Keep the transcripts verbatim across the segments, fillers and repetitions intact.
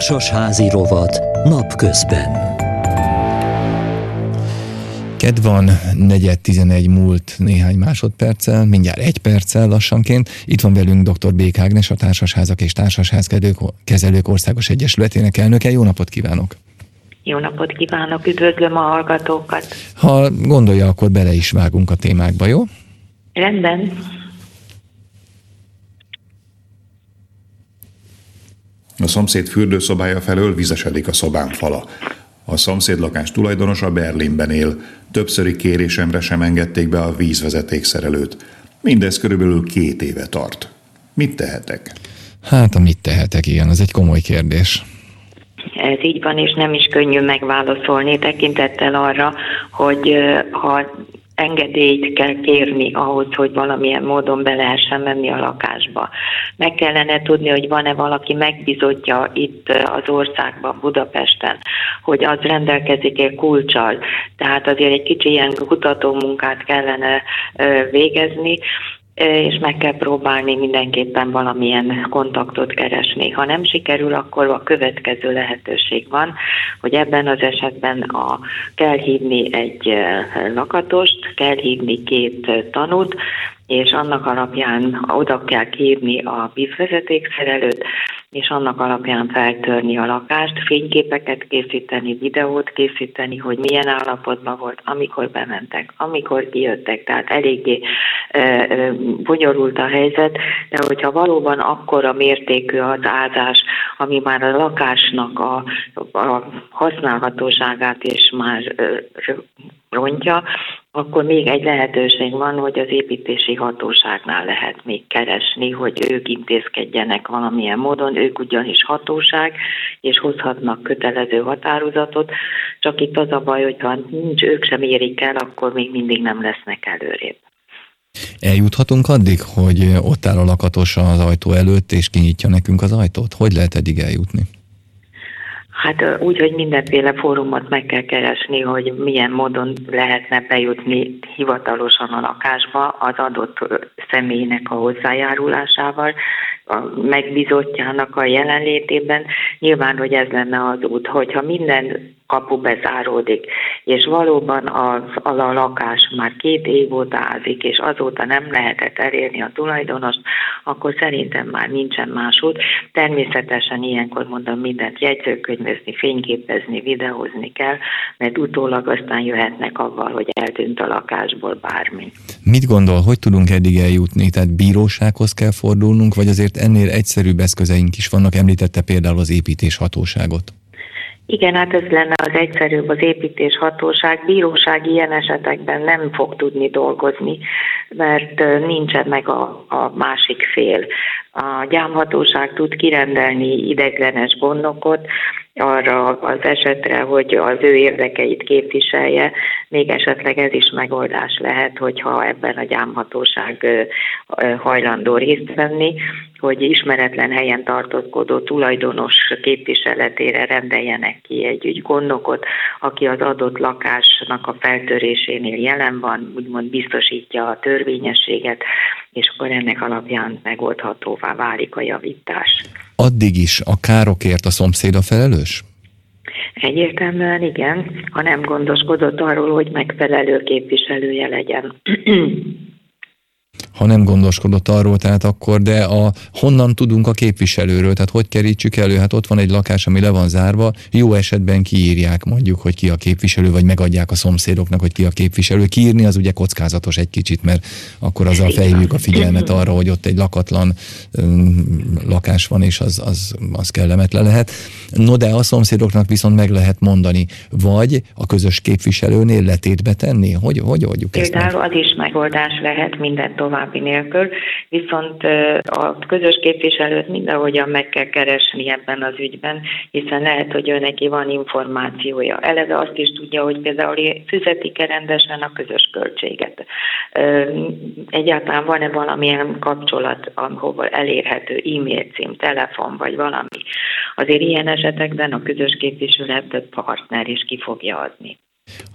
Társasházi rovat napközben. Kedd van, negyed tizenegy múlt néhány másodperccel, mindjárt egy perccel lassanként. Itt van velünk dr. Bék Ágnes, a Társasházak és Társasházkezelők Országos Egyesületének elnöke. Jó napot kívánok! Jó napot kívánok, üdvözlöm a hallgatókat! Ha gondolja, akkor bele is vágunk a témákba, jó? Rendben. A szomszéd fürdőszobája felől vizesedik a szobám fala. A szomszédlakás tulajdonosa Berlinben él. Többszöri kérésemre sem engedték be a vízvezetékszerelőt. Mindez körülbelül két éve tart. Mit tehetek? Hát, a mit tehetek, igen, az egy komoly kérdés. Ez így van, és nem is könnyű megválaszolni, tekintettel arra, hogy ha engedélyt kell kérni ahhoz, hogy valamilyen módon be lehessen menni a lakásba. Meg kellene tudni, hogy van-e valaki megbízottja itt az országban, Budapesten, hogy az rendelkezik-e kulccsal. Tehát azért egy kicsi ilyen kutatómunkát kellene végezni, és meg kell próbálni mindenképpen valamilyen kontaktot keresni. Ha nem sikerül, akkor a következő lehetőség van, hogy ebben az esetben a, kell hívni egy lakatost, kell hívni két tanút, és annak alapján oda kell kérni a vízvezetékszerelőt, és annak alapján feltörni a lakást, fényképeket készíteni, videót készíteni, hogy milyen állapotban volt, amikor bementek, amikor kijöttek, tehát eléggé e, e, bonyolult a helyzet, de hogyha valóban akkora mértékű az ázás, ami már a lakásnak a, a használhatóságát is már e, rontja, akkor még egy lehetőség van, hogy az építési hatóságnál lehet még keresni, hogy ők intézkedjenek valamilyen módon, ők ugyanis hatóság, és hozhatnak kötelező határozatot, csak itt az a baj, hogyha nincs, ők sem érik el, akkor még mindig nem lesznek előrébb. Eljuthatunk addig, hogy ott áll a lakatos az ajtó előtt, és kinyitja nekünk az ajtót? Hogy lehet eddig eljutni? Hát úgy, hogy mindenféle fórumot meg kell keresni, hogy milyen módon lehetne bejutni hivatalosan a lakásba az adott személynek a hozzájárulásával, a megbízottjának a jelenlétében. Nyilván, hogy ez lenne az út, hogyha minden kapu bezáródik, és valóban az, az a lakás már két év óta ázik, és azóta nem lehetett elérni a tulajdonost, akkor szerintem már nincsen más út. Természetesen ilyenkor mondom, mindent jegyzőkönyvezni, fényképezni, videózni kell, mert utólag aztán jöhetnek avval, hogy eltűnt a lakásból bármi. Mit gondol, hogy tudunk eddig eljutni? Tehát bírósághoz kell fordulnunk, vagy azért ennél egyszerűbb eszközeink is vannak? Említette például az építéshatóságot. Igen, hát ez lenne az egyszerűbb, az építéshatóság. Bíróság ilyen esetekben nem fog tudni dolgozni, mert nincsen meg a, a másik fél. A gyámhatóság tud kirendelni ideiglenes gondnokot arra az esetre, hogy az ő érdekeit képviselje, még esetleg ez is megoldás lehet, hogyha ebben a gyámhatóság hajlandó részt venni, hogy ismeretlen helyen tartózkodó tulajdonos képviseletére rendeljenek ki egy ügygondnokot, aki az adott lakásnak a feltörésénél jelen van, úgymond biztosítja a törvényességet, és akkor ennek alapján megoldhatóvá válik a javítás. Addig is a károkért a szomszéd a felelős? Egyértelműen igen, ha nem gondoskodott arról, hogy megfelelő képviselője legyen. Ha nem gondoskodott arról, tehát akkor, de a, honnan tudunk a képviselőről, tehát hogy kerítsük elő? Hát ott van egy lakás, ami le van zárva, jó esetben kiírják mondjuk, hogy ki a képviselő, vagy megadják a szomszédoknak, hogy ki a képviselő. Kiírni az ugye kockázatos egy kicsit, mert akkor azzal felhívjuk a figyelmet arra, hogy ott egy lakatlan um, lakás van, és az, az, az kellemetlen lehet. No, de a szomszédoknak viszont meg lehet mondani, vagy a közös képviselőnél letétbe tenni? Hogy, hogy oldjuk ezt meg? Például az is megoldás lehet minden tovább nélkül, viszont a közös képviselőt mindenhogyan meg kell keresni ebben az ügyben, hiszen lehet, hogy ő neki van információja. Eleve azt is tudja, hogy például fizetik-e rendesen a közös költséget. Egyáltalán van-e valamilyen kapcsolat, ahol elérhető e-mail cím, telefon vagy valami. Azért ilyen esetekben a közös képviselő több partner is ki fogja adni.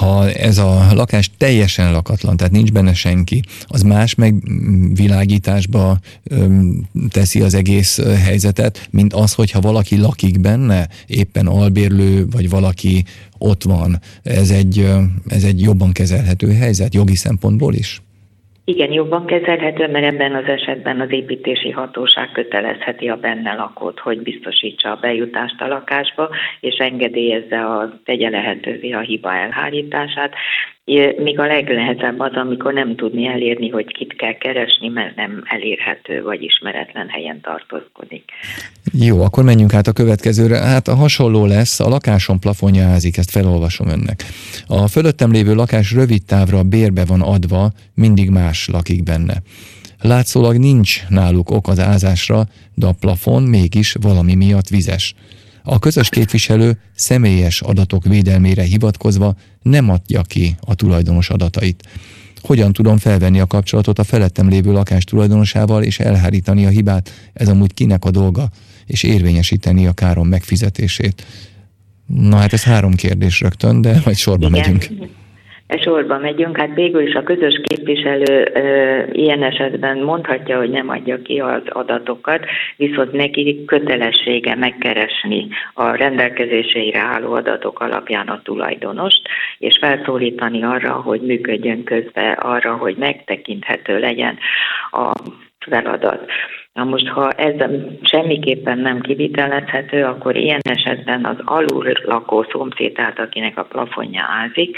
ha ez a lakás teljesen lakatlan, tehát nincs benne senki, az más megvilágításba teszi az egész helyzetet, mint az, hogyha valaki lakik benne, éppen albérlő, vagy valaki ott van. Ez egy, ez egy jobban kezelhető helyzet, jogi szempontból is? Igen, jobban kezelhető, mert ebben az esetben az építési hatóság kötelezheti a benne lakót, hogy biztosítsa a bejutást a lakásba, és engedélyezze, a, tegye lehetővé a hiba elhárítását. Míg a legnehezebb az, amikor nem tudni elérni, hogy kit kell keresni, mert nem elérhető, vagy ismeretlen helyen tartózkodik. Jó, akkor menjünk át a következőre. Hát a hasonló lesz, a lakásom plafonja ázik, ezt felolvasom önnek. A fölöttem lévő lakás rövid távra bérbe van adva, mindig más lakik benne. Látszólag nincs náluk ok az ázásra, de a plafon mégis valami miatt vizes. A közös képviselő személyes adatok védelmére hivatkozva nem adja ki a tulajdonos adatait. Hogyan tudom felvenni a kapcsolatot a felettem lévő lakás tulajdonosával és elhárítani a hibát? Ez amúgy kinek a dolga? És érvényesíteni a károm megfizetését. Na hát ez három kérdés rögtön, de majd sorba Igen. megyünk. Sorba megyünk, hát végül is a közös képviselő e, ilyen esetben mondhatja, hogy nem adja ki az adatokat, viszont neki kötelessége megkeresni a rendelkezésére álló adatok alapján a tulajdonost, és felszólítani arra, hogy működjön közbe, arra, hogy megtekinthető legyen a feladat. Na most, ha ez semmiképpen nem kivitelezhető, akkor ilyen esetben az alul lakó szomszéd, tehát akinek a plafonja ázik,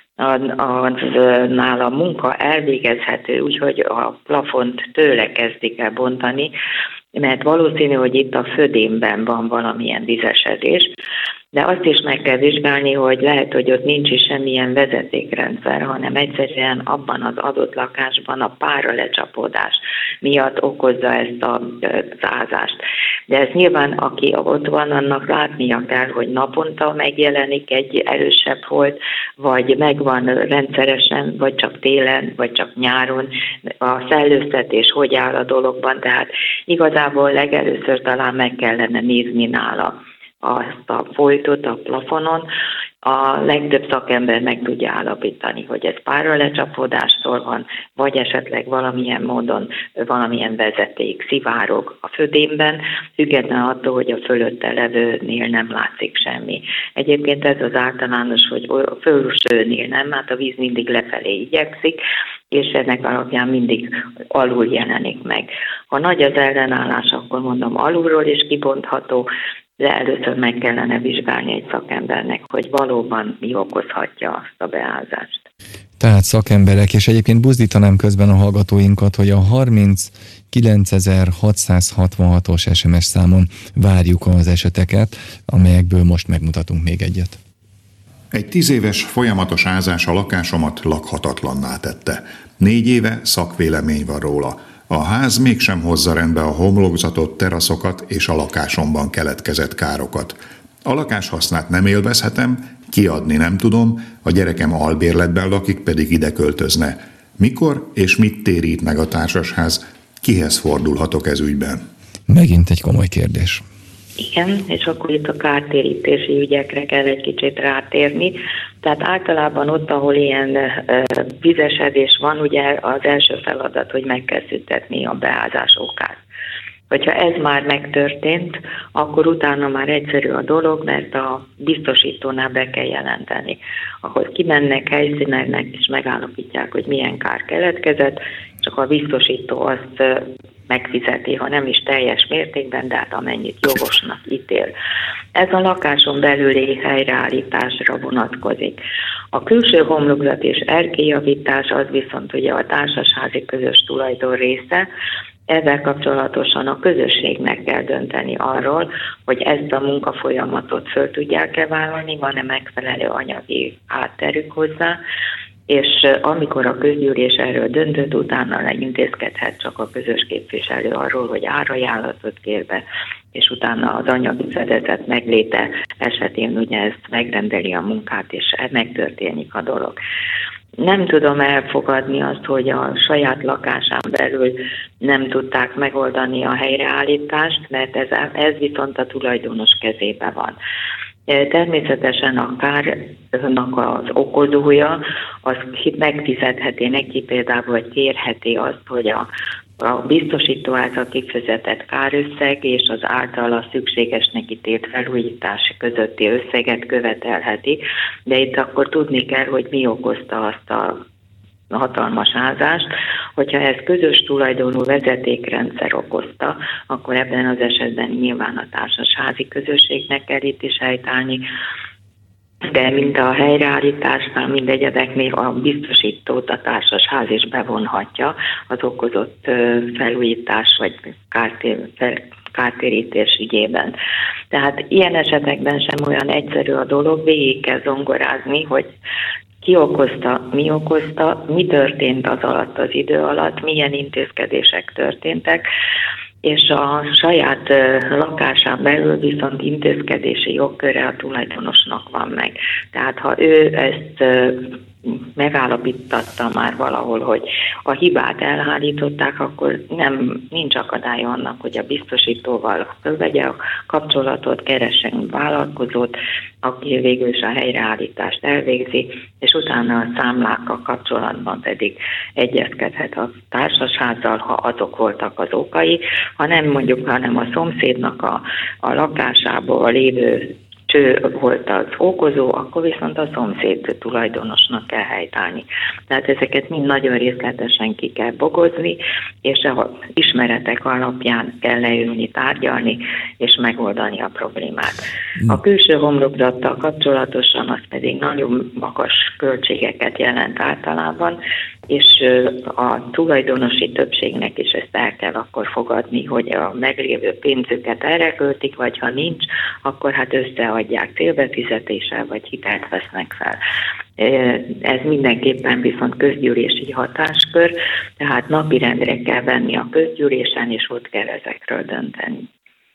nála a munka elvégezhető, úgyhogy a plafont tőle kezdik el bontani, mert valószínű, hogy itt a födémben van valamilyen vizesedés, de azt is meg kell vizsgálni, hogy lehet, hogy ott nincs is semmilyen vezetékrendszer, hanem egyszerűen abban az adott lakásban a pára lecsapódás miatt okozza ezt a százást. De ez nyilván, aki ott van, annak látnia kell, hogy naponta megjelenik egy erősebb holt, vagy megvan rendszeresen, vagy csak télen, vagy csak nyáron. A szellőztetés hogy áll a dologban, tehát igazából legelőször talán meg kellene nézni nála azt a folytot a plafonon. A legtöbb szakember meg tudja állapítani, hogy ez páralecsapódástól van, vagy esetleg valamilyen módon valamilyen vezeték szivárog a födémben, függetlenül attól, hogy a fölötte levőnél nem látszik semmi. Egyébként ez az általános, hogy a fölsőnél nem, hát a víz mindig lefelé igyekszik, és ennek alapján mindig alul jelenik meg. Ha nagy az ellenállás, akkor mondom alulról is kibontható, de először meg kellene vizsgálni egy szakembernek, hogy valóban mi okozhatja azt a beázást. Tehát szakemberek, és egyébként buzdítanám közben a hallgatóinkat, hogy a harminckilencezer-hatszázhatvanhatos es em es számon várjuk az eseteket, amelyekből most megmutatunk még egyet. Egy tíz éves folyamatos ázás a lakásomat lakhatatlanná tette. Négy éve szakvélemény van róla. A ház mégsem hozza rendbe a homlokzatot, teraszokat és a lakásomban keletkezett károkat. A lakáshasznát nem élvezhetem, kiadni nem tudom, a gyerekem albérletben lakik, pedig ide költözne. Mikor és mit térít meg a társasház? Kihez fordulhatok ez ügyben? Megint egy komoly kérdés. Igen, és akkor itt a kártérítési ügyekre kell egy kicsit rátérni. Tehát általában ott, ahol ilyen uh, vizesedés van, ugye az első feladat, hogy meg kell szüntetni a beázás okát. Hogyha ez már megtörtént, akkor utána már egyszerű a dolog, mert a biztosítónál be kell jelenteni. Ahol kimennek, helyszínelnek és megállapítják, hogy milyen kár keletkezett, csak a biztosító azt megfizeti, ha nem is teljes mértékben, de hát amennyit jogosnak ítél. Ez a lakáson belüli helyreállításra vonatkozik. A külső homlokzat és erkélyjavítás az viszont ugye a társasházi közös tulajdon része. Ezzel kapcsolatosan a közösségnek kell dönteni arról, hogy ezt a munkafolyamatot föl tudják-e vállalni, van-e megfelelő anyagi hátterük hozzá, és amikor a közgyűlés erről döntött, utána leintézkedhet csak a közös képviselő arról, hogy árajánlatot kér be, és utána az anyagi fedezet megléte esetén ugye ezt megrendeli a munkát, és megtörténik a dolog. Nem tudom elfogadni azt, hogy a saját lakásán belül nem tudták megoldani a helyreállítást, mert ez, ez viszont a tulajdonos kezébe van. Természetesen a kárnak az okozója, az megfizetheti neki például, vagy kérheti azt, hogy a, a biztosító által kifizetett kárösszeg és az általa szükségesnek ítélt felújítás közötti összeget követelheti, de itt akkor tudni kell, hogy mi okozta azt a hatalmas ázást. Hogyha ez közös tulajdonú vezetékrendszer okozta, akkor ebben az esetben nyilván a társasházi közösségnek kell itt is helytállni, de mind a helyreállításnál, mind egyedeknél a biztosítót a társasház is bevonhatja az okozott felújítás vagy kártér, kártérítés ügyében. Tehát ilyen esetekben sem olyan egyszerű a dolog, végig kell zongorázni, hogy ki okozta, mi okozta, mi történt az alatt az idő alatt, milyen intézkedések történtek, és a saját lakásán belül viszont intézkedési jogköre a tulajdonosnak van meg. Tehát ha ő ezt megállapítatta már valahol, hogy a hibát elhárították, akkor nem, nincs akadálya annak, hogy a biztosítóval fölvegye a kapcsolatot, keressen vállalkozót, aki végül is a helyreállítást elvégzi, és utána a számlákkal kapcsolatban pedig egyezkedhet a társasházzal, ha azok voltak az okai, ha nem mondjuk, hanem a szomszédnak a, a lakásából lévő cső volt az okozó, akkor viszont a szomszéd tulajdonosnak kell helytállni. Tehát ezeket mind nagyon részletesen ki kell bogozni, és az ismeretek alapján kell leülni, tárgyalni, és megoldani a problémát. A külső homlokzattal kapcsolatosan az pedig nagyon magas költségeket jelent általában, és a tulajdonosi többségnek is ezt el kell akkor fogadni, hogy a meglévő pénzüket erre költik, vagy ha nincs, akkor hát összeadják célbefizetéssel, vagy hitelt vesznek fel. Ez mindenképpen viszont közgyűlési hatáskör, tehát napirendre kell venni a közgyűlésen, és ott kell ezekről dönteni.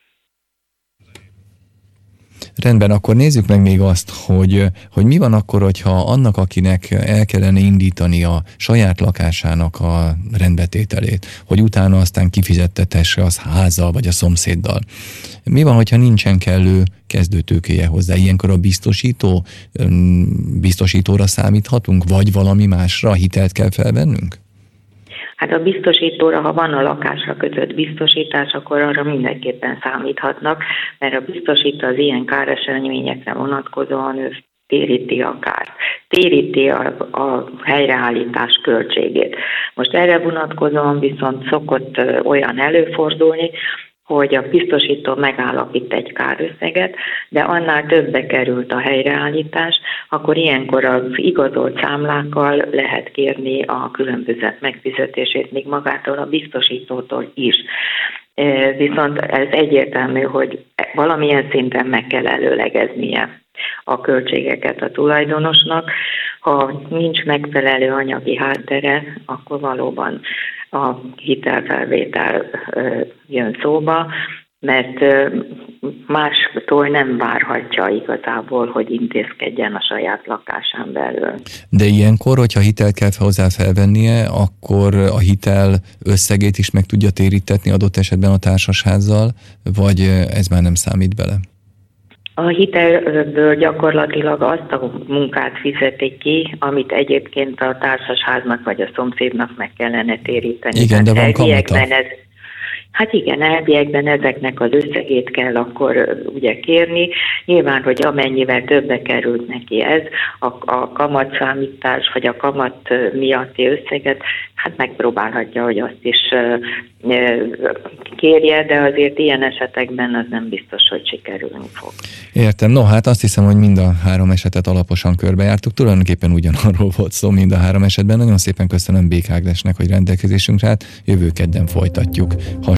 Rendben, akkor nézzük meg még azt, hogy, hogy mi van akkor, hogyha annak, akinek el kellene indítani a saját lakásának a rendbetételét, hogy utána aztán kifizettetesse az házzal vagy a szomszéddal. Mi van, hogyha nincsen kellő kezdőtőkéje hozzá? Ilyenkor a biztosító, biztosítóra számíthatunk, vagy valami másra hitelt kell felvennünk? Hát a biztosítóra, ha van a lakásra kötött biztosítás, akkor arra mindenképpen számíthatnak, mert a biztosító az ilyen káreseményekre vonatkozóan ő téríti a kárt, téríti a, a helyreállítás költségét. Most erre vonatkozóan viszont szokott olyan előfordulni, hogy a biztosító megállapít egy kárösszeget, de annál többbe került a helyreállítás, akkor ilyenkor az igazolt számlákkal lehet kérni a különbözet megfizetését, még magától a biztosítótól is. Viszont ez egyértelmű, hogy valamilyen szinten meg kell előlegeznie a költségeket a tulajdonosnak. Ha nincs megfelelő anyagi háttere, akkor valóban a hitelfelvétel jön szóba, mert mástól nem várhatja igazából, hogy intézkedjen a saját lakásán belül. De ilyenkor, hogyha hitelt kell hozzá felvennie, akkor a hitel összegét is meg tudja térítetni adott esetben a társasházzal, vagy ez már nem számít bele? A hitelből gyakorlatilag azt a munkát fizetik ki, amit egyébként a társasháznak vagy a szomszédnak meg kellene téríteni. Igen, de van kamata. Ez, hát igen, elviekben ezeknek az összegét kell akkor ugye kérni. Nyilván, hogy amennyivel többe került neki ez, a, a kamatszámítás vagy a kamat miatti összeget, hát megpróbálhatja, hogy azt is kérje, de azért ilyen esetekben az nem biztos, hogy sikerülni fog. Értem. No, hát azt hiszem, hogy mind a három esetet alaposan körbejártuk. Tulajdonképpen ugyanarról volt szó mind a három esetben. Nagyon szépen köszönöm Bék Ágnesnek, hogy rendelkezésünkre állt. Jövő kedden folytatjuk.